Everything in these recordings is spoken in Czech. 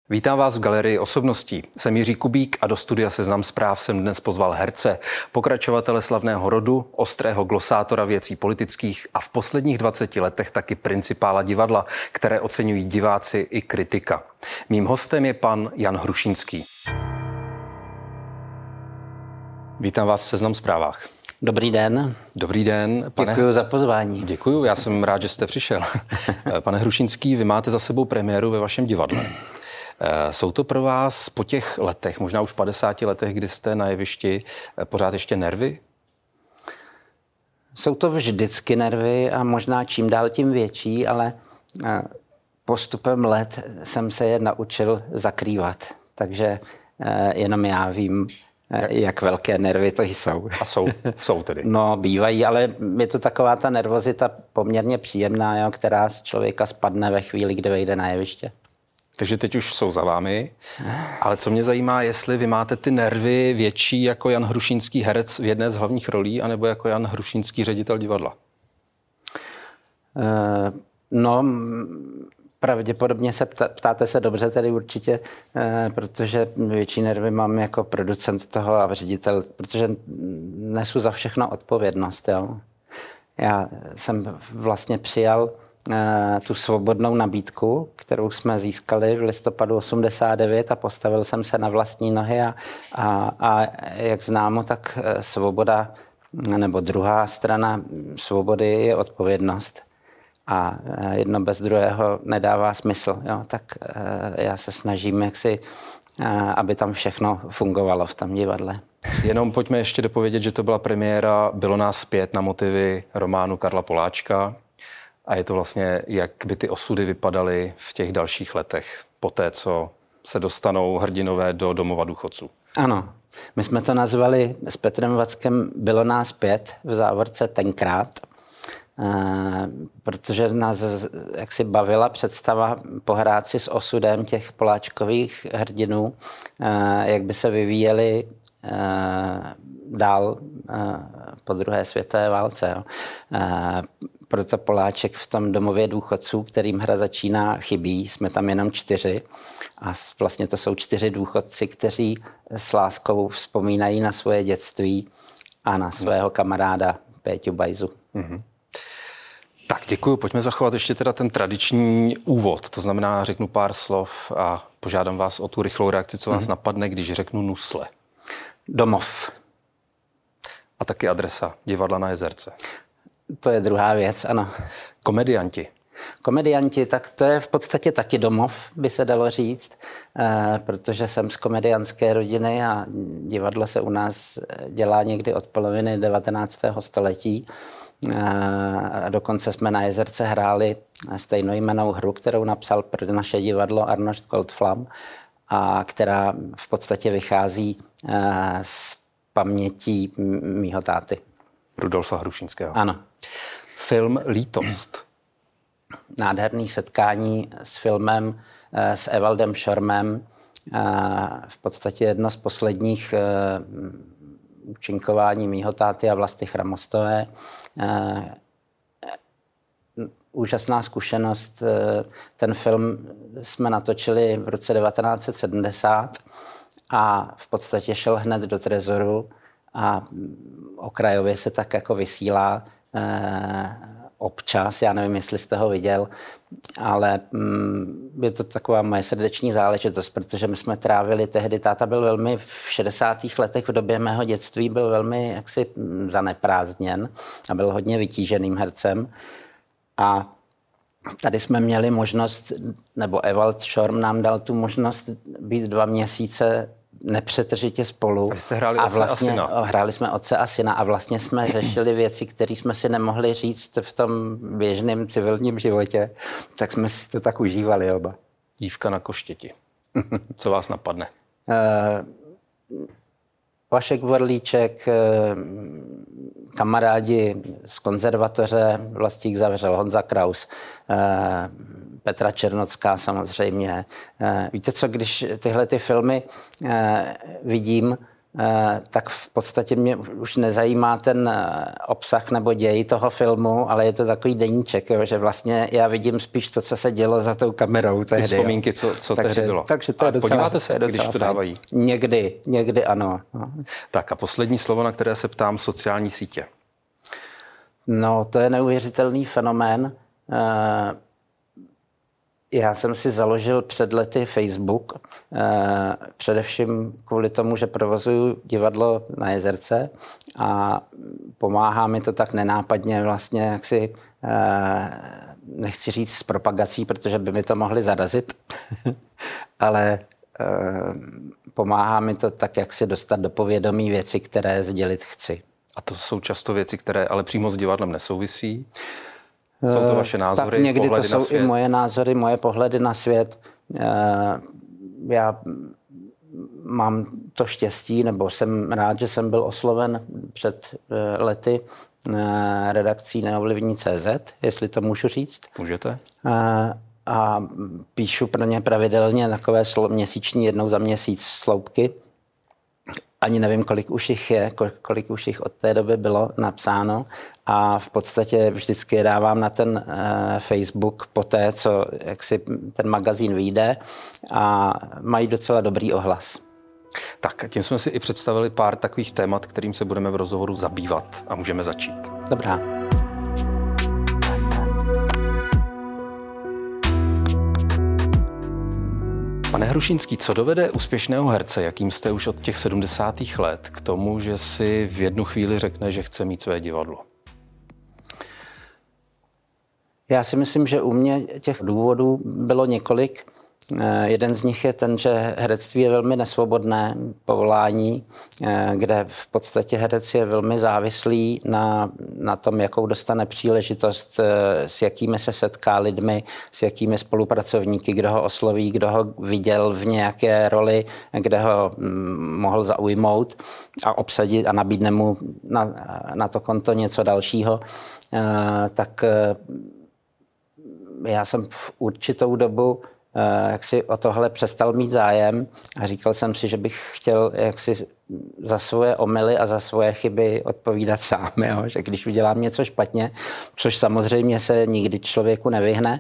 Vítám vás v galerii osobností. Jsem Jiří Kubík a do studia Seznam zpráv jsem dnes pozval herce, pokračovatele slavného rodu, ostrého glosátora věcí politických a v posledních 20 letech taky principála divadla, které oceňují diváci i kritika. Mým hostem je pan Jan Hrušínský. Vítám vás v Seznam zprávách. Dobrý den. Dobrý den. Děkuji za pozvání. Děkuji, já jsem rád, že jste přišel. Pane Hrušínský, vy máte za sebou premiéru ve vašem divadle. Jsou to pro vás po těch letech, možná už 50 letech, kdy jste na jevišti, pořád ještě nervy? Jsou to vždycky nervy a možná čím dál tím větší, ale postupem let jsem se je naučil zakrývat. Takže jenom já vím, jak velké nervy to jsou. A jsou tedy? No, bývají, ale je to taková ta nervozita poměrně příjemná, jo, která z člověka spadne ve chvíli, kdy vejde na jeviště. Takže teď už jsou za vámi, ale co mě zajímá, jestli vy máte ty nervy větší jako Jan Hrušínský herec v jedné z hlavních rolí, anebo jako Jan Hrušínský ředitel divadla? No, pravděpodobně se ptáte se dobře tedy určitě, protože větší nervy mám jako producent toho a ředitel, protože nesu za všechno odpovědnost. Jo. Já jsem vlastně přijal tu svobodnou nabídku, kterou jsme získali v listopadu 89 a postavil jsem se na vlastní nohy a jak známo, tak svoboda nebo druhá strana svobody je odpovědnost. A jedno bez druhého nedává smysl. Jo? Tak já se snažím, aby tam všechno fungovalo v tom divadle. Jenom pojďme ještě dopovědět, že to byla premiéra Bylo nás 5 na motivy románu Karla Poláčka. A je to vlastně, jak by ty osudy vypadaly v těch dalších letech, poté, co se dostanou hrdinové do domova důchodců. Ano, my jsme to nazvali s Petrem Vackem Bylo nás 5, v závorce tenkrát, protože nás jaksi bavila představa pohrát si s osudem těch poláčkových hrdinů, jak by se vyvíjeli dál po druhé světové válce. Jo. Proto Poláček v tom domově důchodců, kterým hra začíná, chybí. Jsme tam jenom 4 a vlastně to jsou 4 důchodci, kteří s láskou vzpomínají na svoje dětství a na svého kamaráda Péťu Bajzu. Mm-hmm. Tak děkuji, pojďme zachovat ještě teda ten tradiční úvod, to znamená řeknu pár slov a požádám vás o tu rychlou reakci, co vás napadne, když řeknu Nusle. Domov. A taky adresa Divadla na Jezerce. To je druhá věc, ano. Komedianti. Komedianti, tak to je v podstatě taky domov, by se dalo říct, protože jsem z komediantské rodiny a divadlo se u nás dělá někdy od poloviny 19. století. A dokonce jsme na Jezerce hráli stejnojmennou hru, kterou napsal pro naše divadlo Arnošt Goldflam, a která v podstatě vychází z pamětí mýho táty. Rudolfa Hrušínského. Ano. Film Lítost. Nádherný setkání s filmem s Evaldem Šormem. V podstatě jedno z posledních účinkování mýho táty a Vlasty Chramostové. Úžasná zkušenost. Ten film jsme natočili v roce 1970 a v podstatě šel hned do trezoru a okrajově se tak jako vysílá občas, já nevím, jestli jste ho viděl, ale je to taková moje srdeční záležitost, protože my jsme trávili tehdy, táta byl velmi v 60. letech, v době mého dětství byl velmi jaksi zaneprázdněn a byl hodně vytíženým hercem. A tady jsme měli možnost, nebo Evald Šorm nám dal tu možnost být 2 měsíce nepřetržitě spolu. A jste hráli a otce a syna. Hráli jsme otce a syna a vlastně jsme řešili věci, které jsme si nemohli říct v tom běžném civilním životě, tak jsme si to tak užívali oba. Dívka na koštěti. Co vás napadne? Vašek Vorlíček, kamarádi z konzervatoře, Vlastík Zavřel, Honza Kraus, Petra Černocká samozřejmě. Víte co, když tyhle ty filmy vidím, tak v podstatě mě už nezajímá ten obsah nebo děj toho filmu, ale je to takový deníček, jo, že vlastně já vidím spíš to, co se dělo za tou kamerou tehdy. Ty vzpomínky, co tehdy bylo. Takže to je docela, podíváte se, když to dávají? Někdy ano. No. Tak a poslední slovo, na které se ptám, sociální sítě. No, to je neuvěřitelný fenomén. Já jsem si založil před lety Facebook, především kvůli tomu, že provozuju divadlo na Jezerce a pomáhá mi to tak nenápadně vlastně, jak si nechci říct s propagací, protože by mi to mohli zarazit, ale pomáhá mi to tak, jak si dostat do povědomí věci, které sdělit chci. A to jsou často věci, které ale přímo s divadlem nesouvisí? Jsou to vaše názory, tak někdy pohledy to na jsou svět? I moje názory, moje pohledy na svět. Já mám to štěstí, nebo jsem rád, že jsem byl osloven před lety redakcí Neovlivní.cz, jestli to můžu říct. Můžete. A píšu pro ně pravidelně takové měsíční, jednou za měsíc sloupky. Ani nevím, kolik už jich od té doby bylo napsáno a v podstatě vždycky je dávám na ten Facebook poté, co jak si ten magazín vyjde a mají docela dobrý ohlas. Tak, tím jsme si i představili pár takových témat, kterým se budeme v rozhovoru zabývat a můžeme začít. Dobrá. Pane Hrušínský, co dovede úspěšného herce, jakým jste už od těch 70. let, k tomu, že si v jednu chvíli řekne, že chce mít své divadlo? Já si myslím, že u mě těch důvodů bylo několik. Jeden z nich je ten, že herectví je velmi nesvobodné povolání, kde v podstatě herec je velmi závislý na tom, jakou dostane příležitost, s jakými se setká lidmi, s jakými spolupracovníky, kdo ho osloví, kdo ho viděl v nějaké roli, kde ho mohl zaujmout a obsadit a nabídne mu na to konto něco dalšího. Tak já jsem v určitou dobu jak si o tohle přestal mít zájem a říkal jsem si, že bych chtěl jak si za svoje omyly a za svoje chyby odpovídat sám, jo? Že když udělám něco špatně, což samozřejmě se nikdy člověku nevyhne,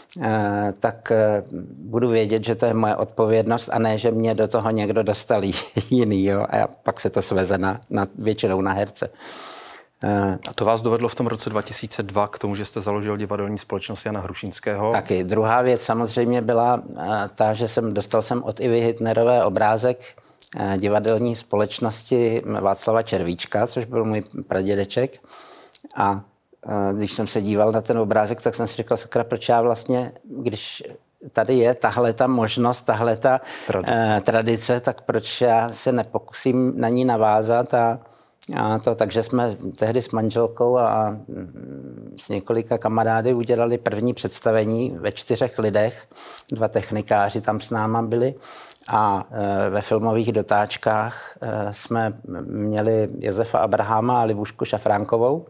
tak budu vědět, že to je moje odpovědnost a ne, že mě do toho někdo dostal jiný. Jo? A pak se to sveze většinou na herce. A to vás dovedlo v tom roce 2002 k tomu, že jste založil divadelní společnost Jana Hrušínského? Taky. Druhá věc samozřejmě byla ta, že dostal jsem od Ivy Hitnerové obrázek divadelní společnosti Václava Červíčka, což byl můj pradědeček. A když jsem se díval na ten obrázek, tak jsem si říkal, sakra, proč já vlastně, když tady je tahle ta možnost, tahle ta tradice, tak proč já se nepokusím na ní navázat takže jsme tehdy s manželkou a s několika kamarády udělali první představení ve 4 lidech. 2 technikáři tam s náma byli a ve filmových dotáčkách jsme měli Josefa Abrahama a Libušku Šafránkovou.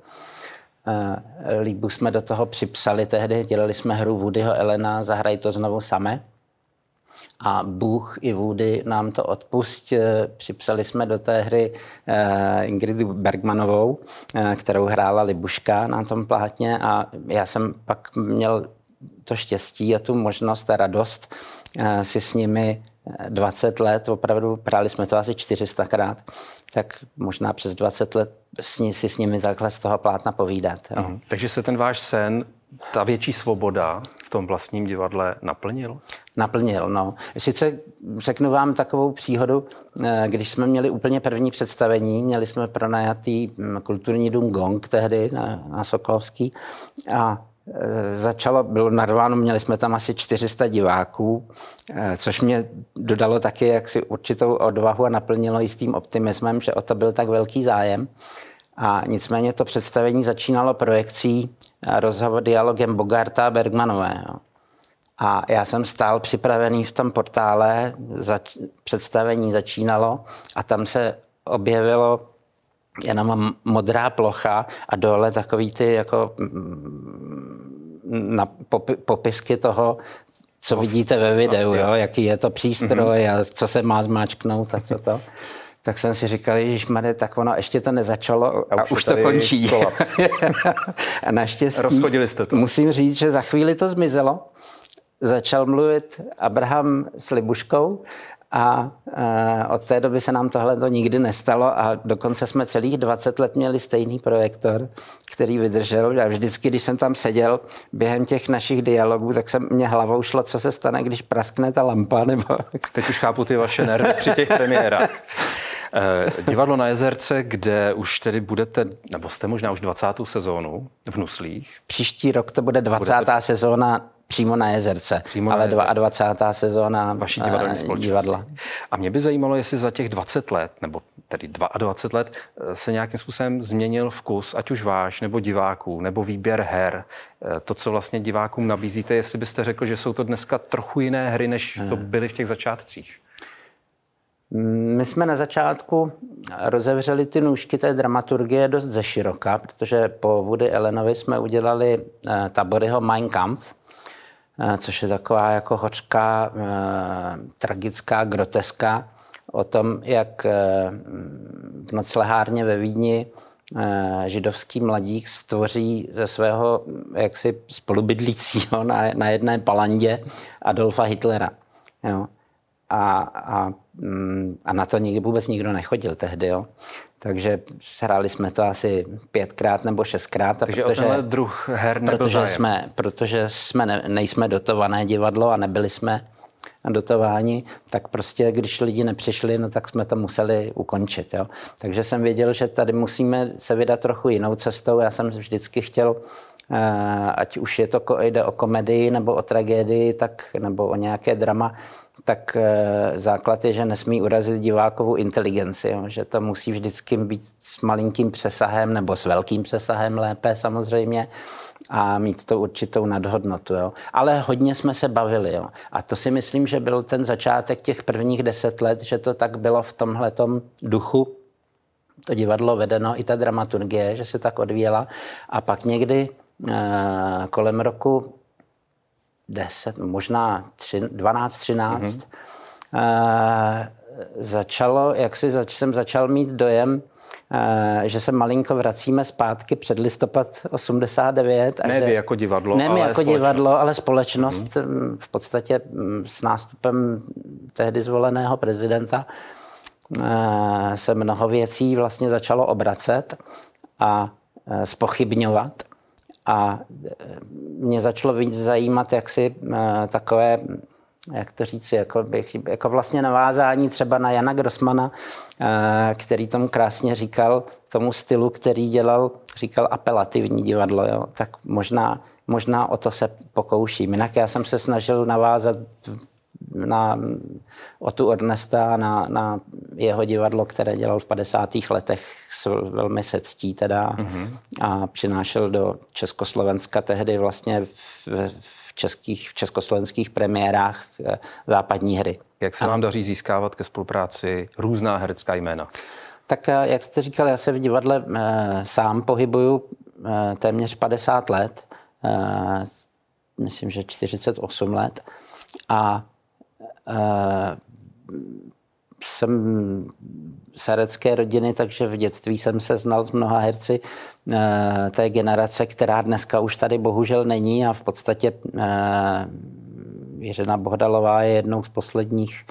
Líbu jsme do toho připsali tehdy, dělali jsme hru Woodyho Elena, Zahraj to znovu same. A Bůh i Woody nám to odpusť. Připsali jsme do té hry Ingridu Bergmanovou, kterou hrála Libuška na tom plátně a já jsem pak měl to štěstí a tu možnost a radost si s nimi 20 let, opravdu hráli jsme to asi 400krát, tak možná přes 20 let si s nimi takhle z toho plátna povídat. Mhm. Takže se ten váš sen, ta větší svoboda v tom vlastním divadle naplnil? Naplnil, no. Sice řeknu vám takovou příhodu, když jsme měli úplně první představení, měli jsme pronajatý kulturní dům Gong tehdy na Sokolovský a bylo narváno, měli jsme tam asi 400 diváků, což mě dodalo taky jaksi určitou odvahu a naplnilo jistým optimismem, že o to byl tak velký zájem. A nicméně to představení začínalo projekcí dialogem Bogarta a Bergmanové. Jo. A já jsem stál připravený v tom portále, představení začínalo a tam se objevilo jenom modrá plocha a dole takový ty jako popisky toho, co vidíte ve videu, jo, jaký je to přístroj a co se má zmáčknout a co to. Tak jsem si říkal, ježišmarja, tak ono ještě to nezačalo a už to končí. A naštěstí rozchodili jste to. Musím říct, že za chvíli to zmizelo. Začal mluvit Abraham s Libuškou a od té doby se nám tohle to nikdy nestalo a dokonce jsme celých 20 let měli stejný projektor, který vydržel a vždycky, když jsem tam seděl během těch našich dialogů, tak se mě hlavou šlo, co se stane, když praskne ta lampa. Nebo... Teď už chápu ty vaše nervy při těch premiérách. Divadlo na Jezerce, kde už tedy budete, nebo jste možná už 20. sezónu v Nuslích. Příští rok to bude 20. sezóna přímo na Jezerce, ale 22. sezóna vaší divadelní společnosti. Divadla. A mě by zajímalo, jestli za těch 20 let, nebo tedy 22 let, se nějakým způsobem změnil vkus, ať už váš, nebo diváků, nebo výběr her. To, co vlastně divákům nabízíte, jestli byste řekl, že jsou to dneska trochu jiné hry, než to byly v těch začátcích. My jsme na začátku rozevřeli ty nůžky té dramaturgie dost zeširoka, protože po Woody Allenovi jsme udělali Taboryho Mein Kampf, což je taková jako hořká, tragická, groteska o tom, jak v noclehárně ve Vídni židovský mladík stvoří ze svého jaksi spolubydlícího na jedné palandě Adolfa Hitlera. Jo. A na to vůbec nikdo nechodil tehdy, jo. Takže hráli jsme to asi 5krát nebo 6krát. Takže o tenhle druh her nebyl zájem. Protože nejsme dotované divadlo a nebyli jsme dotováni, tak prostě, když lidi nepřišli, no tak jsme to museli ukončit, jo. Takže jsem věděl, že tady musíme se vydat trochu jinou cestou. Já jsem vždycky chtěl, ať už jde o komedii nebo o tragédii, tak, nebo o nějaké drama, tak základ je, že nesmí urazit divákovou inteligenci, jo? Že to musí vždycky být s malinkým přesahem nebo s velkým přesahem lépe samozřejmě a mít to určitou nadhodnotu. Jo? Ale hodně jsme se bavili. Jo? A to si myslím, že byl ten začátek těch prvních 10 let, že to tak bylo v tomhletom duchu. To divadlo vedeno, i ta dramaturgie, že se tak odvíjela. A pak někdy kolem roku 10, možná 12, 13, začalo, jsem začal mít dojem, že se malinko vracíme zpátky před listopad 89. Ne vy jako divadlo, ne ale jako společnost. divadlo, ale společnost v podstatě s nástupem tehdy zvoleného prezidenta se mnoho věcí vlastně začalo obracet a zpochybňovat. A mě začalo víc zajímat, takové, jak to říci, jako vlastně navázání třeba na Jana Grossmana, který tomu krásně říkal, tomu stylu, který říkal apelativní divadlo. Jo? Tak možná o to se pokouším. Jinak já jsem se snažil navázat na Otu Ernesta, na jeho divadlo, které dělal v 50. letech velmi se ctí teda a přinášel do Československa tehdy vlastně v československých premiérách západní hry. Jak se vám daří získávat ke spolupráci různá herecká jména? Tak jak jste říkal, já se v divadle sám pohybuju téměř 50 let, myslím, že 48 let a jsem z herecké rodiny, takže v dětství jsem se znal s mnoha herci té generace, která dneska už tady bohužel není a v podstatě Jiřina Bohdalová je jednou z posledních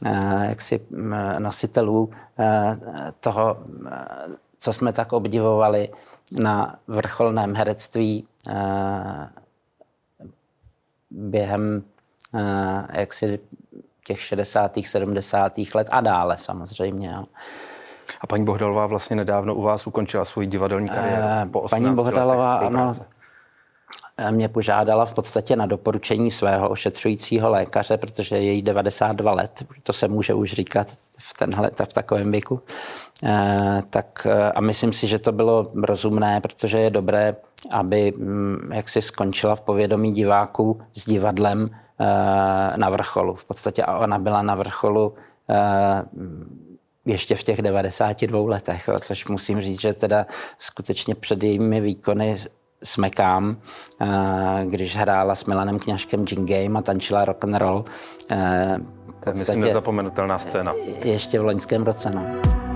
nositelů toho, co jsme tak obdivovali na vrcholném herectví během těch 60. 70. let a dále samozřejmě. Jo. A paní Bohdalová vlastně nedávno u vás ukončila svou divadelní kariéru po 18 paní Bohdalová, ano, mě požádala v podstatě na doporučení svého ošetřujícího lékaře, protože je jí 92 let, to se může už říkat v takovém věku. A myslím si, že to bylo rozumné, protože je dobré, aby skončila v povědomí diváků s divadlem na vrcholu. V podstatě a ona byla na vrcholu ještě v těch 92 letech, což musím říct, že teda skutečně před jejími výkony smekám, když hrála s Milanem Kňažkem Gin Game a tančila rock and roll. To je, myslím, nezapomenutelná scéna. Ještě v loňském roce, no.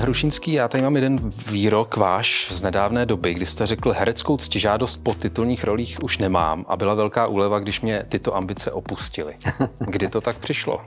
Hrušínský, já tady mám jeden výrok váš z nedávné doby, kdy jste řekl, hereckou ctižádost po titulních rolích už nemám a byla velká úleva, když mě tyto ambice opustily. Kdy to tak přišlo?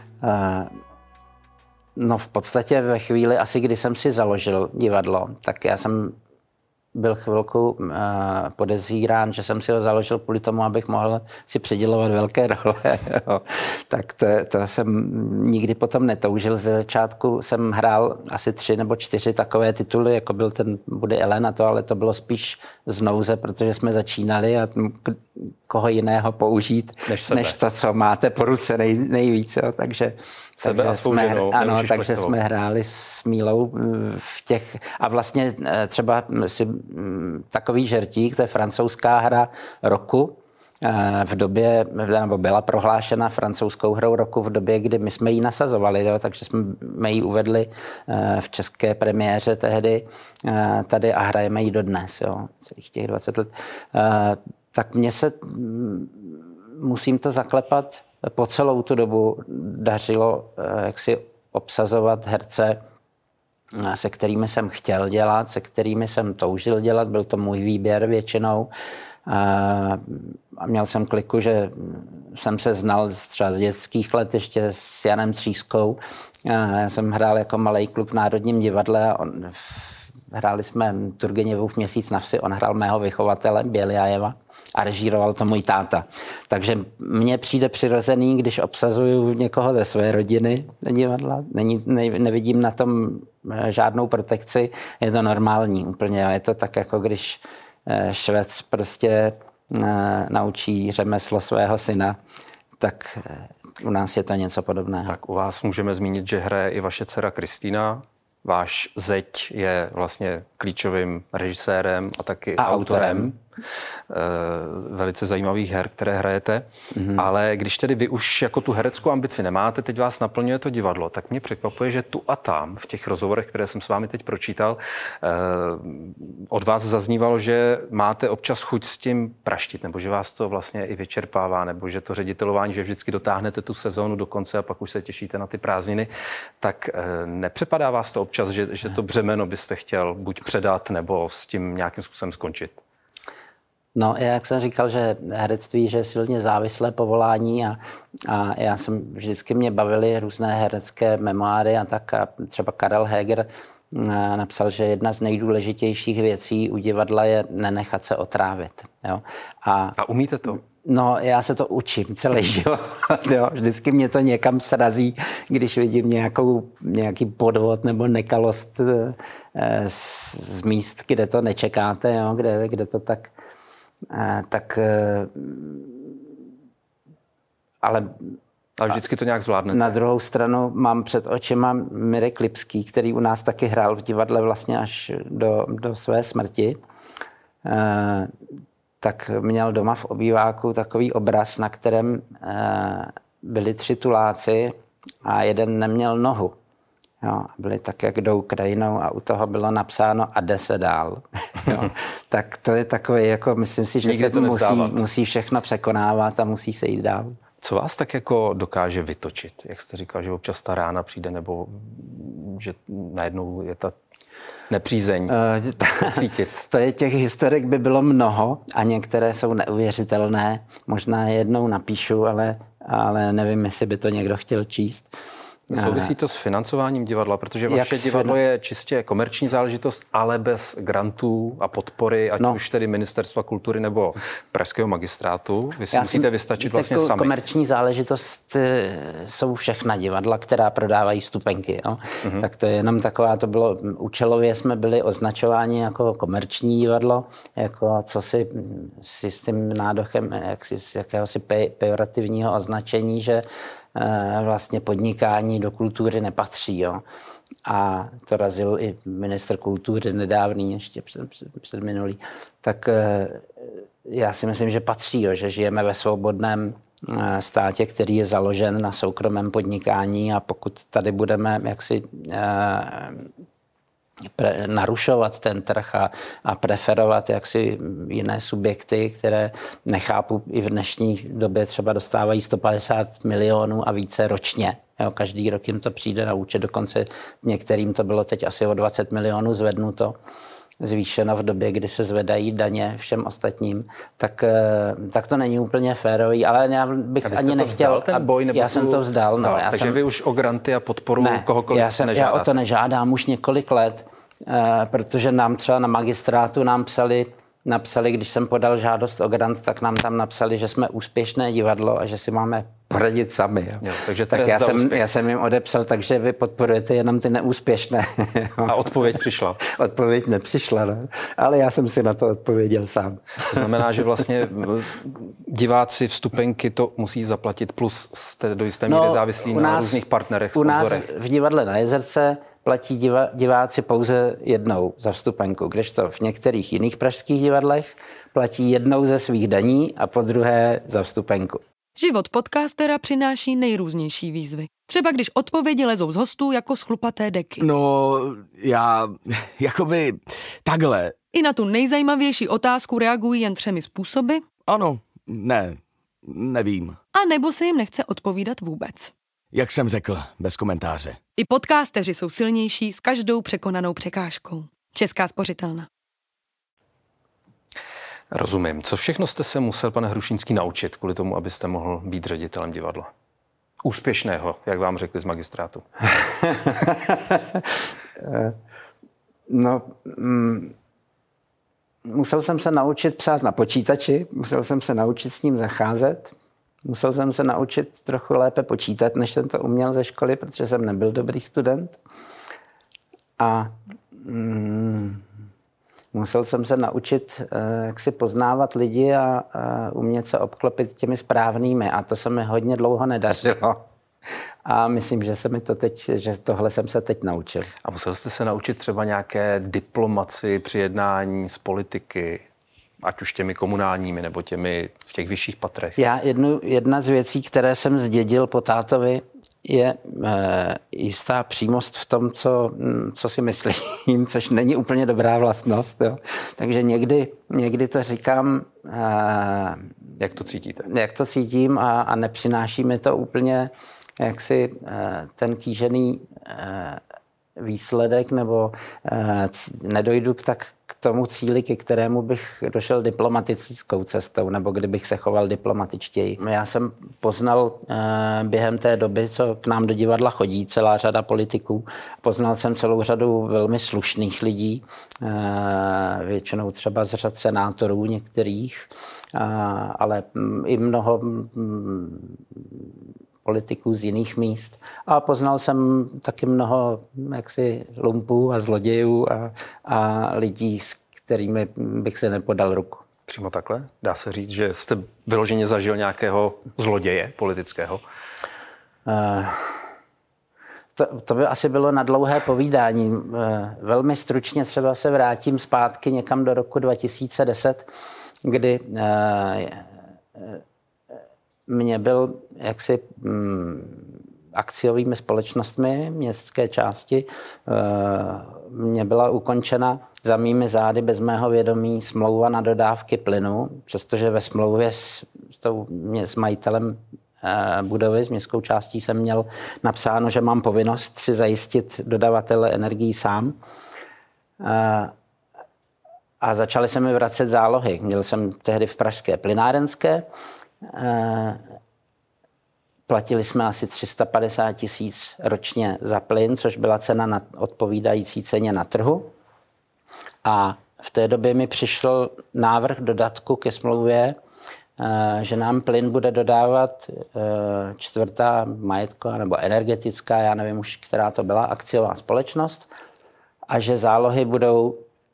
No v podstatě ve chvíli asi, kdy jsem si založil divadlo, tak já jsem byl chvilku podezírán, že jsem si ho založil kvůli tomu, abych mohl si přidělovat velké role. Tak to jsem nikdy potom netoužil. Ze začátku jsem hrál asi 3 nebo 4 takové tituly, jako byl ten Woody Allen a to, ale to bylo spíš z nouze, protože jsme začínali a koho jiného použít, než to, co máte po ruce nejvíc. Jo. Takže jsme hráli s Mílou v těch... A vlastně třeba si takový Žertík, to je francouzská hra roku, v době, nebo byla prohlášena francouzskou hrou roku v době, kdy my jsme ji nasazovali, jo, takže jsme ji uvedli v české premiéře tehdy tady a hrajeme ji dodnes, jo, celých těch 20 let. Tak mně se, musím to zaklepat, po celou tu dobu dařilo jaksi obsazovat herce, se kterými jsem chtěl dělat, se kterými jsem toužil dělat, byl to můj výběr většinou. A měl jsem kliku, že jsem se znal třeba z dětských let ještě s Janem Třískou. Já jsem hrál jako malej kluk v Národním divadle a hráli jsme Turgenevův Měsíc na vsi, on hrál mého vychovatele Běliajeva a režíroval to můj táta. Takže mně přijde přirozený, když obsazuju někoho ze své rodiny divadla. Nevidím na tom žádnou protekci, je to normální úplně. Je to tak, jako když Švec prostě naučí řemeslo svého syna, tak u nás je to něco podobného. Tak u vás můžeme zmínit, že hraje i vaše dcera Kristýna. Váš zeť je vlastně klíčovým režisérem a taky autorem velice zajímavých her, které hrajete. Ale když tedy vy už jako tu hereckou ambici nemáte, teď vás naplňuje to divadlo, tak mě překvapuje, že tu a tam v těch rozhovorech, které jsem s vámi teď pročítal, od vás zaznívalo, že máte občas chuť s tím praštit, nebo že vás to vlastně i vyčerpává, nebo že to ředitelování, že vždycky dotáhnete tu sezónu do konce a pak už se těšíte na ty prázdniny. Tak nepřepadá vás to občas, že to břemeno byste chtěl buď předat, nebo s tím nějakým způsobem skončit? No, jak jsem říkal, že herectví že je silně závislé povolání a já jsem vždycky mě bavily různé herecké memoáry a tak a třeba Karel Heger napsal, že jedna z nejdůležitějších věcí u divadla je nenechat se otrávit. Jo? A umíte to? No, já se to učím celý život. Jo. Vždycky mě to někam srazí, když vidím nějaký podvod nebo nekalost z míst, kde to nečekáte, jo? Kde to tak ale vždycky to nějak zvládnete. Na druhou stranu mám před očima Mirek Lipský, který u nás taky hrál v divadle vlastně až do své smrti. Tak měl doma v obýváku takový obraz, na kterém byli 3 tuláci a jeden neměl nohu. Jo, byli tak, jak jdou krajinou a u toho bylo napsáno a jde se dál. Jo, tak to je takové, jako myslím si, že se to musí všechno překonávat a musí se jít dál. Co vás tak jako dokáže vytočit? Jak jste říkal, že občas ta rána přijde, nebo že najednou je ta nepřízeň cítit? To je těch historek by bylo mnoho a některé jsou neuvěřitelné. Možná jednou napíšu, ale nevím, jestli by to někdo chtěl číst. Souvisí to s financováním divadla, protože vaše divadlo je čistě komerční záležitost, ale bez grantů a podpory, ať už tedy Ministerstva kultury nebo Pražského magistrátu. Vy si musíte vystačit vlastně sami. Komerční záležitost jsou všechna divadla, která prodávají vstupenky. No? Tak to je jenom taková, to bylo účelově jsme byli označováni jako komerční divadlo, jako co si s tím nádochem z jakéhosi pejorativního označení, že vlastně podnikání do kultury nepatří. Jo. A to razil i ministr kultury nedávný, ještě před minulý. Tak já si myslím, že patří, jo, že žijeme ve svobodném státě, který je založen na soukromém podnikání a pokud tady budeme jaksi narušovat ten trh a preferovat jaksi jiné subjekty, které nechápu i v dnešní době třeba dostávají 150 milionů a více ročně. Jo, každý rok jim to přijde na účet, dokonce některým to bylo teď asi o 20 milionů zvednuto, zvýšeno v době, kdy se zvedají daně všem ostatním, tak to není úplně férový, ale já bych ani nechtěl. Ten boj, nebo já jsem to vzdal. No, takže vy už o granty a podporu kohokoliv nežádáte. Já o to nežádám už několik let, protože nám třeba na magistrátu napsali, když jsem podal žádost o grant, tak nám tam napsali, že jsme úspěšné divadlo a že si máme poradit sami. Jo. Takže tak já jsem jim odepsal, takže vy podporujete jenom ty neúspěšné. A odpověď přišla? Odpověď nepřišla, no. Ale já jsem si na to odpověděl sám. To znamená, že vlastně diváci vstupenky to musí zaplatit, plus jste do jisté míry závislí na různých partnerech, sponzorech. U nás v divadle na Jezerce platí diváci pouze jednou za vstupenku, kdežto v některých jiných pražských divadlech platí jednou ze svých daní a po druhé za vstupenku. Život podcastera přináší nejrůznější výzvy. Třeba když odpovědi lezou z hostů jako z chlupaté deky. No, já jakoby takhle. I na tu nejzajímavější otázku reagují jen 3 způsoby. Ano, nevím. A nebo se jim nechce odpovídat vůbec. Jak jsem řekl, bez komentáře. I podcasteři jsou silnější s každou překonanou překážkou. Česká spořitelna. Rozumím. Co všechno jste se musel, pane Hrušínský, naučit kvůli tomu, abyste mohl být ředitelem divadla? Úspěšného, jak vám řekli z magistrátu. Musel jsem se naučit psát na počítači, musel jsem se naučit s ním zacházet, musel jsem se naučit trochu lépe počítat, než jsem to uměl ze školy, protože jsem nebyl dobrý student. A musel jsem se naučit, jak si poznávat lidi a umět se obklopit těmi správnými. A to se mi hodně dlouho nedařilo. A myslím, že tohle jsem se teď naučil. A musel jste se naučit třeba nějaké diplomaci při jednání s politiky, ať už těmi komunálními nebo těmi v těch vyšších patrech? Jedna z věcí, které jsem zdědil po tátovi, je jistá přímost v tom, co si myslím, což není úplně dobrá vlastnost. Jo. Takže někdy to říkám... Jak to cítíte? Jak to cítím a nepřináší mi to úplně jaksi ten kýžený výsledek, nebo nedojdu k tomu cíli, ke kterému bych došel diplomatickou cestou, nebo kdybych se choval diplomatičtěji. Já jsem poznal během té doby, co k nám do divadla chodí celá řada politiků, poznal jsem celou řadu velmi slušných lidí, většinou třeba z řad senátorů některých, ale i mnoho politiků z jiných míst. A poznal jsem taky mnoho jaksi lumpů a zlodějů a lidí, s kterými bych se nepodal ruku. Přímo takhle? Dá se říct, že jste vyloženě zažil nějakého zloděje politického? To by asi bylo na dlouhé povídání. Velmi stručně třeba se vrátím zpátky někam do roku 2010, kdy mě byl jaksi akciovými společnostmi městské části. Mě byla ukončena za mými zády bez mého vědomí smlouva na dodávky plynu, přestože ve smlouvě s majitelem budovy, s městskou částí jsem měl napsáno, že mám povinnost si zajistit dodavatele energií sám. A začaly se mi vracet zálohy. Měl jsem tehdy v pražské plynárenské. Platili jsme asi 350 000 ročně za plyn, což byla cena odpovídající ceně na trhu. A v té době mi přišel návrh dodatku ke smlouvě, že nám plyn bude dodávat čtvrtá majetková nebo energetická, já nevím už, která to byla, akciová společnost, a že zálohy budou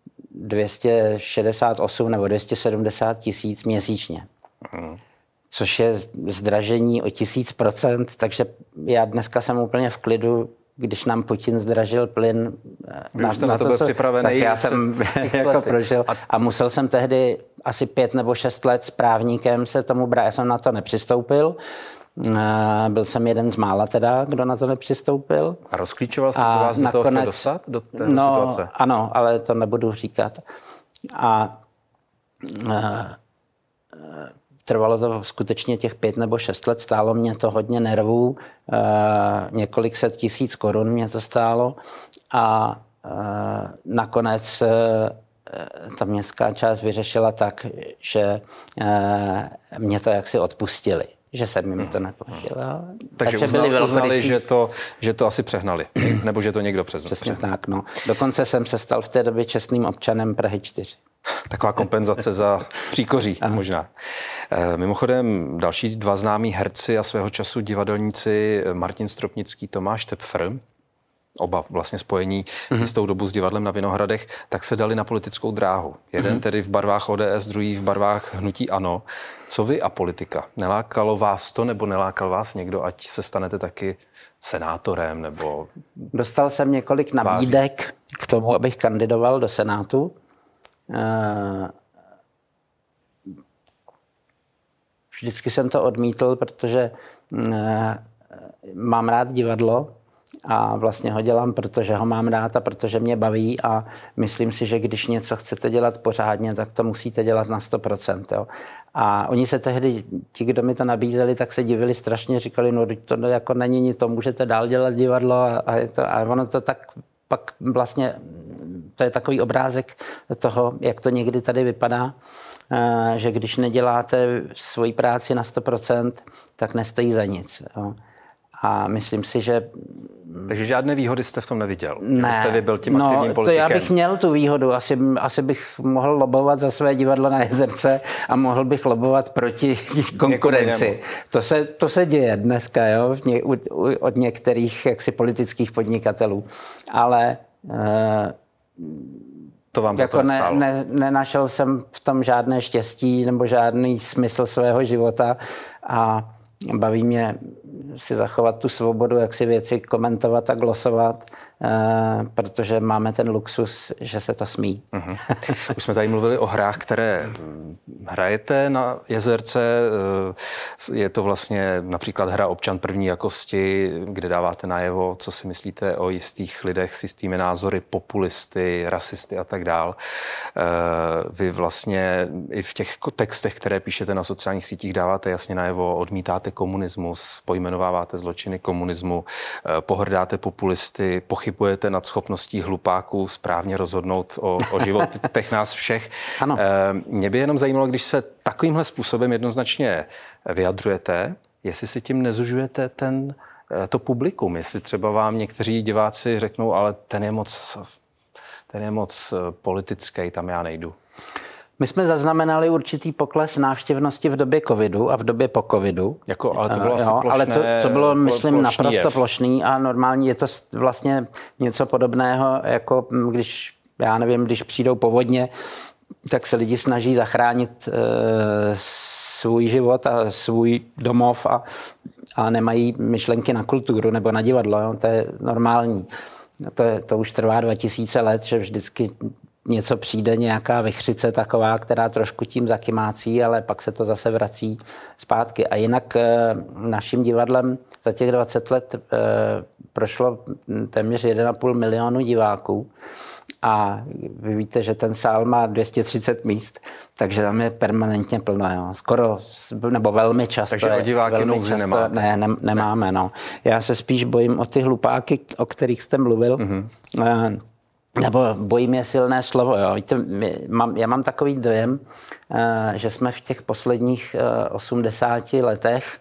268 nebo 270 000 měsíčně. Což je zdražení o 1000%, takže já dneska jsem úplně v klidu, když nám Putin zdražil plyn. Na to byl připravený. Tak já jsem jako prožil a musel jsem tehdy asi 5 nebo 6 let s právníkem se tomu brát. Já jsem na to nepřistoupil. Byl jsem jeden z mála teda, kdo na to nepřistoupil. A rozklíčoval jsem vás do toho chtěl dostat, do té situace? Ano, ale to nebudu říkat. A trvalo to skutečně těch 5 nebo 6 let, stálo mě to hodně nervů, několik set tisíc korun mě to stálo a nakonec ta městská část vyřešila tak, že mě to jaksi odpustili, že jsem jim to neplatil. Takže uznali, že to asi přehnali, nebo že to někdo přehnal. Přesně tak, no. Dokonce jsem se stal v té době čestným občanem Prahy 4. Taková kompenzace za příkoří možná. Mimochodem další 2 známí herci a svého času divadelníci Martin Stropnický, Tomáš Tepfr, oba vlastně spojení jistou dobu s divadlem na Vinohradech, tak se dali na politickou dráhu. Jeden tedy v barvách ODS, druhý v barvách hnutí ANO. Co vy a politika? Nelákalo vás to, nebo nelákal vás někdo, ať se stanete taky senátorem, nebo... Dostal jsem několik nabídek k tomu, abych kandidoval do Senátu. Vždycky jsem to odmítl, protože mám rád divadlo a vlastně ho dělám, protože ho mám rád a protože mě baví a myslím si, že když něco chcete dělat pořádně, tak to musíte dělat na 100%. Jo. A oni se tehdy, ti, kdo mi to nabízeli, tak se divili strašně, říkali, no to jako není nic, to můžete dál dělat divadlo a ono to tak pak vlastně, to je takový obrázek toho, jak to někdy tady vypadá, že když neděláte svoji práci na 100%, tak nestojí za nic. Jo. A myslím si, že... Takže žádné výhody jste v tom neviděl? Ne. Že jste vy byl tím aktivním politikem? To já bych měl tu výhodu. Asi bych mohl lobovat za své divadlo na Jezerce a mohl bych lobovat proti konkurenci. To se děje dneska, jo, od některých jaksi politických podnikatelů. Ale... To vám jako nenašel jsem v tom žádné štěstí nebo žádný smysl svého života a baví mě si zachovat tu svobodu, jak si věci komentovat a glosovat, protože máme ten luxus, že se to smí. Už jsme tady mluvili o hrách, které hrajete na Jezerce. Je to vlastně například hra Občan první jakosti, kde dáváte najevo, co si myslíte o jistých lidech s jistými názory, populisty, rasisty a tak dál. Vy vlastně i v těch textech, které píšete na sociálních sítích, dáváte jasně najevo, odmítáte komunismus, pojmenováváte zločiny komunismu, pohrdáte populisty, pochybujete nad schopností hlupáků správně rozhodnout o životech nás všech. Ano. Mě by jenom zajímalo, když se takovýmhle způsobem jednoznačně vyjadřujete, jestli si tím nezužujete to publikum, jestli třeba vám někteří diváci řeknou, ale ten je moc politický, tam já nejdu. My jsme zaznamenali určitý pokles návštěvnosti v době covidu a v době po covidu. Ale to bylo asi plošné, ale to bylo, myslím, naprosto plošný a normální. Je to vlastně něco podobného, jako když, já nevím, když přijdou povodně, tak se lidi snaží zachránit svůj život a svůj domov a nemají myšlenky na kulturu nebo na divadlo. Jo? To je normální. To už trvá 2000 let, že vždycky něco přijde, nějaká vichřice taková, která trošku tím zakymácí, ale pak se to zase vrací zpátky. A jinak naším divadlem za těch 20 let prošlo téměř 1,5 milionu diváků. A vy víte, že ten sál má 230 míst, takže tam je permanentně plno. Jo. Skoro, nebo velmi často. Takže o diváky nouze nemáte. Ne, nemáme. No. Já se spíš bojím o ty hlupáky, o kterých jste mluvil. Nebo bojím je silné slovo. Jo. Víte, já mám takový dojem, že jsme v těch posledních 80 letech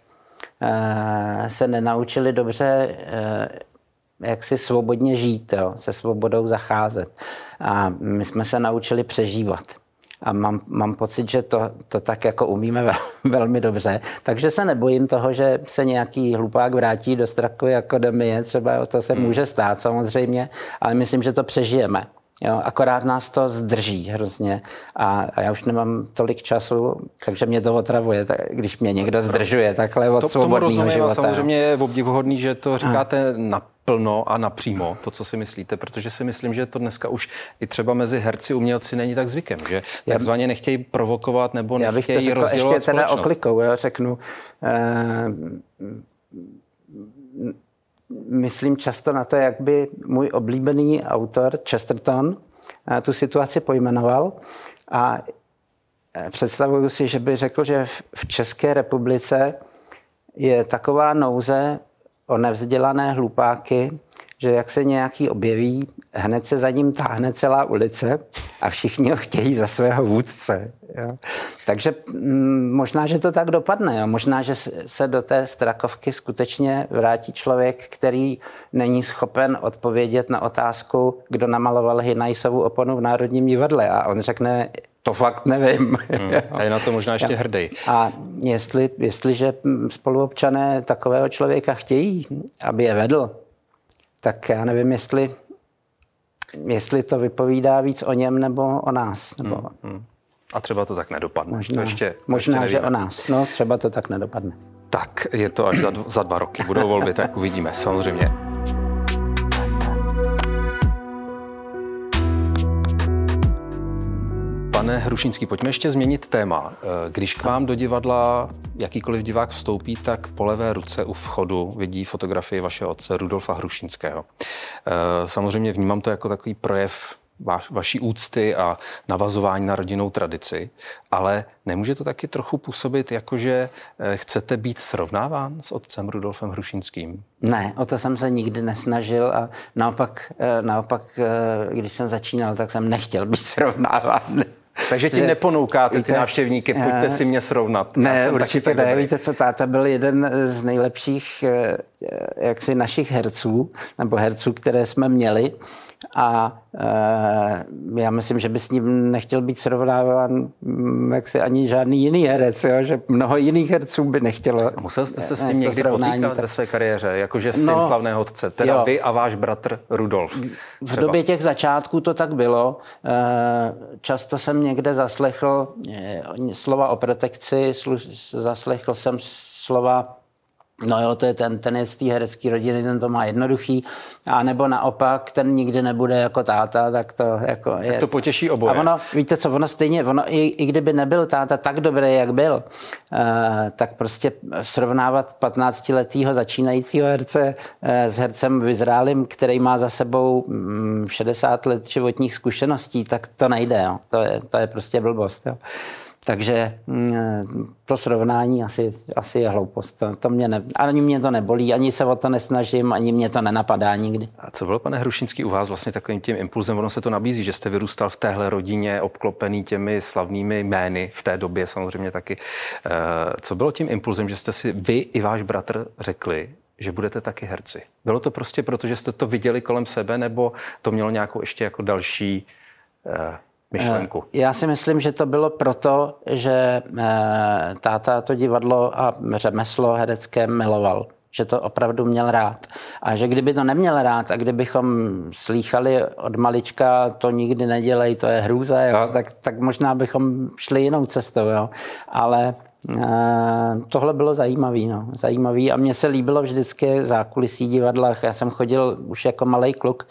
se nenaučili dobře jak si svobodně žít, jo, se svobodou zacházet. A my jsme se naučili přežívat. A mám pocit, že to tak jako umíme velmi dobře. Takže se nebojím toho, že se nějaký hlupák vrátí do Strakovy akademie, třeba to se může stát samozřejmě, ale myslím, že to přežijeme. Jo, akorát nás to zdrží hrozně a já už nemám tolik času, takže mě to otravuje, když mě někdo zdržuje takhle od svobodného života. Samozřejmě je obdivuhodný, že to říkáte naplno a napřímo, to, co si myslíte, protože si myslím, že to dneska už i třeba mezi herci, umělci není tak zvykem, že takzvaně nechtějí provokovat nebo nechtějí rozdělovat společnost. Ještě teda oklikou, já řeknu, myslím často na to, jak by můj oblíbený autor Chesterton tu situaci pojmenoval a představuju si, že by řekl, že v České republice je taková nouze o nevzdělané hlupáky, že jak se nějaký objeví, hned se za ním táhne celá ulice a všichni ho chtějí za svého vůdce. Jo. Takže možná, že to tak dopadne. Jo. Možná, že se do té Strakovky skutečně vrátí člověk, který není schopen odpovědět na otázku, kdo namaloval Hynajsovu oponu v Národním divadle. A on řekne, to fakt nevím. A je na to možná ještě hrdý. A jestliže spoluobčané takového člověka chtějí, aby je vedl, tak já nevím, jestli to vypovídá víc o něm nebo o nás. Nebo... A třeba to tak nedopadne. Možná že o nás. No, třeba to tak nedopadne. Tak, je to až za 2 roky. Budou volby, tak uvidíme, samozřejmě. Pane Hrušínský, pojďme ještě změnit téma. Když k vám do divadla jakýkoliv divák vstoupí, tak po levé ruce u vchodu vidí fotografii vašeho otce Rudolfa Hrušínského. Samozřejmě vnímám to jako takový projev vaší úcty a navazování na rodinnou tradici, ale nemůže to taky trochu působit, jakože chcete být srovnáván s otcem Rudolfem Hrušínským? Ne, o to jsem se nikdy nesnažil a naopak, když jsem začínal, tak jsem nechtěl být srovnáván. Takže tím neponoukáte ty návštěvníky, pojďte si mě srovnat. Ne, určitě ne. Víte co, táta byl jeden z nejlepších jaksi našich herců, nebo herců, které jsme měli. A já myslím, že by s ním nechtěl být srovnáván jaksi ani žádný jiný herec, jo? Že mnoho jiných herců by nechtělo. A musel jste se s ním někdy potýkat ve své kariéře, jakože syn slavného otce, teda jo. Vy a váš bratr Rudolf. V době těch začátků to tak bylo. Často jsem někde zaslechl slova o protekci, zaslechl jsem slova no jo, to je ten je z té herecké rodiny, ten to má jednoduchý, a nebo naopak, ten nikdy nebude jako táta, tak to jako je. Tak to potěší oboje. A ono, víte co, i kdyby nebyl táta tak dobrý, jak byl, tak prostě srovnávat 15letého začínajícího herce s hercem vyzrálým, který má za sebou 60 let životních zkušeností, tak to nejde, jo. To je prostě blbost, jo. Takže to srovnání asi je hloupost. Ani mě to nebolí, ani se o to nesnažím, ani mě to nenapadá nikdy. A co bylo, pane Hrušínský, u vás vlastně takovým tím impulzem? Ono se to nabízí, že jste vyrůstal v téhle rodině, obklopený těmi slavnými jmény, v té době samozřejmě taky. Co bylo tím impulzem, že jste si vy i váš bratr řekli, že budete taky herci? Bylo to prostě proto, že jste to viděli kolem sebe, nebo to mělo nějakou ještě jako další myšlenku? Já si myslím, že to bylo proto, že táta to divadlo a řemeslo herecké miloval. Že to opravdu měl rád. A že kdyby to neměl rád a kdybychom slýchali od malička, to nikdy nedělej, to je hrůza, jo, tak možná bychom šli jinou cestou. Jo. Ale tohle bylo zajímavý a mně se líbilo vždycky zákulisí divadla. Já jsem chodil už jako malej kluk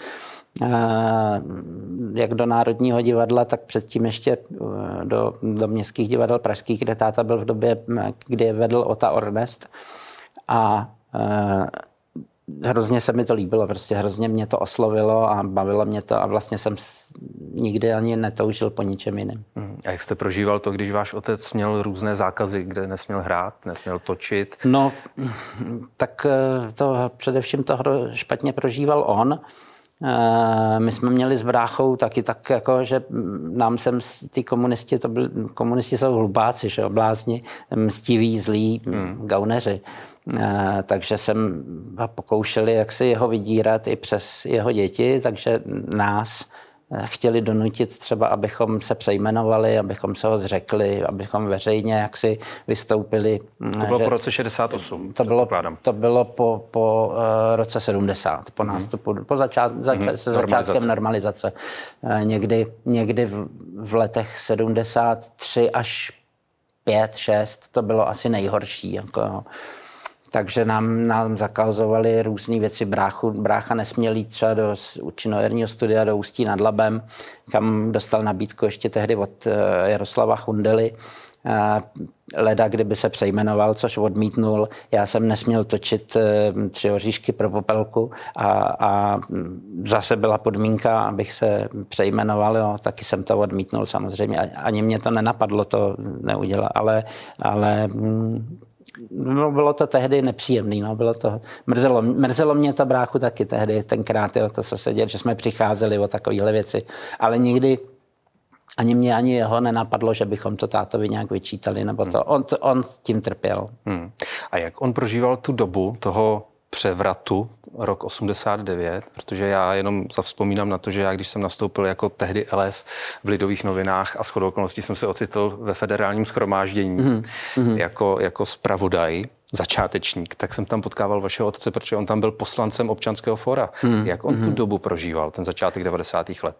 jak do Národního divadla, tak předtím ještě do městských divadel pražských, kde táta byl v době, kdy vedl Ota Ornest. A hrozně se mi to líbilo, prostě hrozně mě to oslovilo a bavilo mě to a vlastně jsem nikdy ani netoužil po ničem jiném. A jak jste prožíval to, když váš otec měl různé zákazy, kde nesměl hrát, nesměl točit? No, tak to především to špatně prožíval on. My jsme měli s bráchou taky tak, jako, že nám sem ty komunisti jsou hlupáci, že, blázni, mstiví, zlí, gauneři. Takže jsem pokoušeli, jak si jeho vydírat i přes jeho děti, takže nás chtěli donutit třeba, abychom se přejmenovali, abychom se ho zřekli, abychom veřejně jaksi vystoupili. To bylo po roce 68. To bylo po roce 70, po nástupu, se začátkem normalizace. Někdy v letech 73 až 5, 6, to bylo asi nejhorší. Jako, takže nám zakazovali různé věci. Brácha nesměl jít třeba do činoherního studia do Ústí nad Labem, kam dostal nabídku ještě tehdy od Jaroslava Chundely. Leda, kdyby se přejmenoval, což odmítnul. Já jsem nesměl točit 3 oříšky pro Popelku a zase byla podmínka, abych se přejmenoval. Jo. Taky jsem to odmítnul samozřejmě. Ani mě to nenapadlo to neudělat, ale no, bylo to tehdy nepříjemný. No, bylo to, mrzelo mě to, bráchu, taky tehdy, tenkrát, jo, to se dělo, že jsme přicházeli o takovéhle věci. Ale nikdy ani mě, ani jeho nenapadlo, že bychom to tátovi nějak vyčítali, nebo to. On tím trpěl. A jak on prožíval tu dobu toho převratu, rok 89, protože já jenom zavzpomínám na to, že já, když jsem nastoupil jako tehdy elef v Lidových novinách a shodou okolností jsem se ocitl ve Federálním shromáždění jako zpravodaj, začátečník, tak jsem tam potkával vašeho otce, protože on tam byl poslancem Občanského fóra. Jak on tu dobu prožíval, ten začátek 90. let?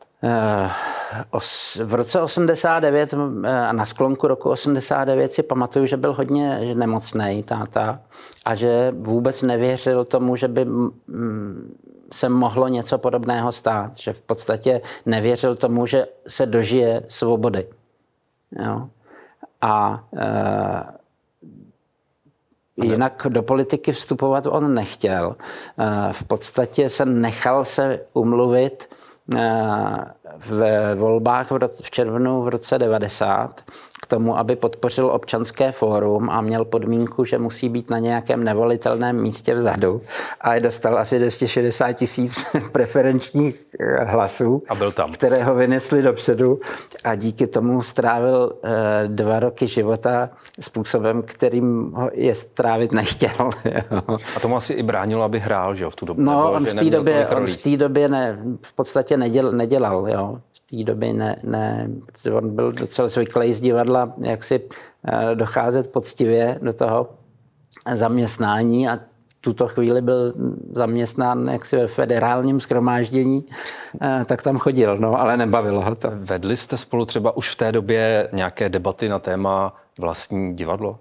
V roce 89 a na sklonku roku 89 si pamatuju, že byl hodně nemocnej táta a že vůbec nevěřil tomu, že by se mohlo něco podobného stát. Že v podstatě nevěřil tomu, že se dožije svobody. Jo? A jinak do politiky vstupovat on nechtěl. V podstatě se nechal se umluvit ve volbách v červnu v roce 90 k tomu, aby podpořil Občanské fórum a měl podmínku, že musí být na nějakém nevolitelném místě vzadu a dostal asi 260 000 preferenčních hlasů, a byl tam, které ho vynesly dopředu a díky tomu strávil 2 roky života způsobem, kterým ho je strávit nechtěl. A tomu asi i bránilo, aby hrál, že jo, v tu dobu. No, nebo, on v té době v podstatě nedělal, jo. V té době protože on byl docela zvyklý z divadla, jak si docházet poctivě do toho zaměstnání a tuto chvíli byl zaměstnán jaksi ve Federálním shromáždění, tak tam chodil, no, ale nebavilo ho to. Vedli jste spolu třeba už v té době nějaké debaty na téma vlastní divadlo?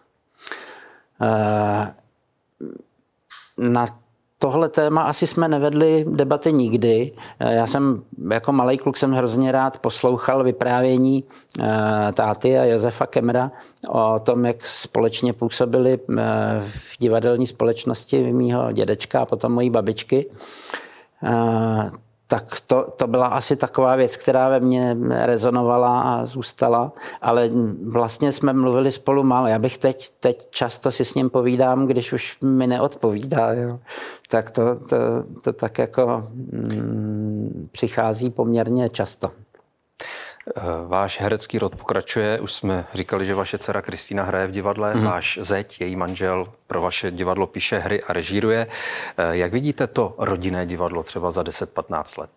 Na tohle téma asi jsme nevedli debaty nikdy. Já jsem jako malej kluk jsem hrozně rád poslouchal vyprávění táty a Josefa Kemra o tom, jak společně působili v divadelní společnosti mýho dědečka a potom mojí babičky. Tak to byla asi taková věc, která ve mně rezonovala a zůstala, ale vlastně jsme mluvili spolu málo. Já bych teď často si s ním povídám, když už mi neodpovídá. Jo. Tak to tak jako přichází poměrně často. Váš herecký rod pokračuje. Už jsme říkali, že vaše dcera Kristýna hraje v divadle. Váš zeť, její manžel, pro vaše divadlo píše hry a režíruje. Jak vidíte to rodinné divadlo třeba za 10-15 let?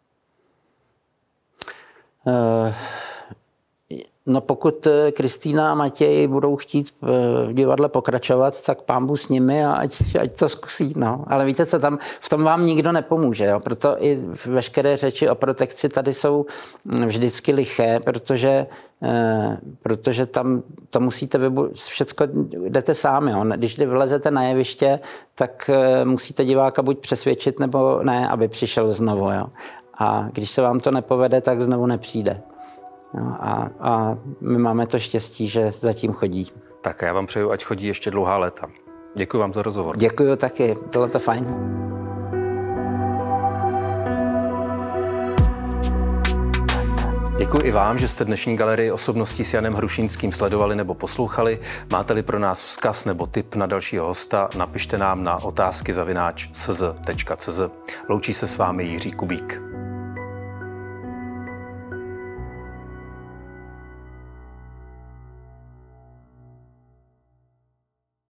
No pokud Kristýna a Matěj budou chtít v divadle pokračovat, tak pánbůh s nimi a ať to zkusí. No. Ale víte co, v tom vám nikdo nepomůže. Jo? Proto i veškeré řeči o protekci tady jsou vždycky liché, protože tam to musíte všecko jdete sami. Jo? Když vlezete na jeviště, tak musíte diváka buď přesvědčit, nebo ne, aby přišel znovu. Jo? A když se vám to nepovede, tak znovu nepřijde. No a my máme to štěstí, že zatím chodí. Tak já vám přeju, ať chodí ještě dlouhá léta. Děkuji vám za rozhovor. Děkuji taky, bylo to fajn. Děkuji i vám, že jste dnešní galerii osobností s Janem Hrušínským sledovali nebo poslouchali. Máte-li pro nás vzkaz nebo tip na dalšího hosta, napište nám na otázky@cz.cz. Loučí se s vámi Jiří Kubík.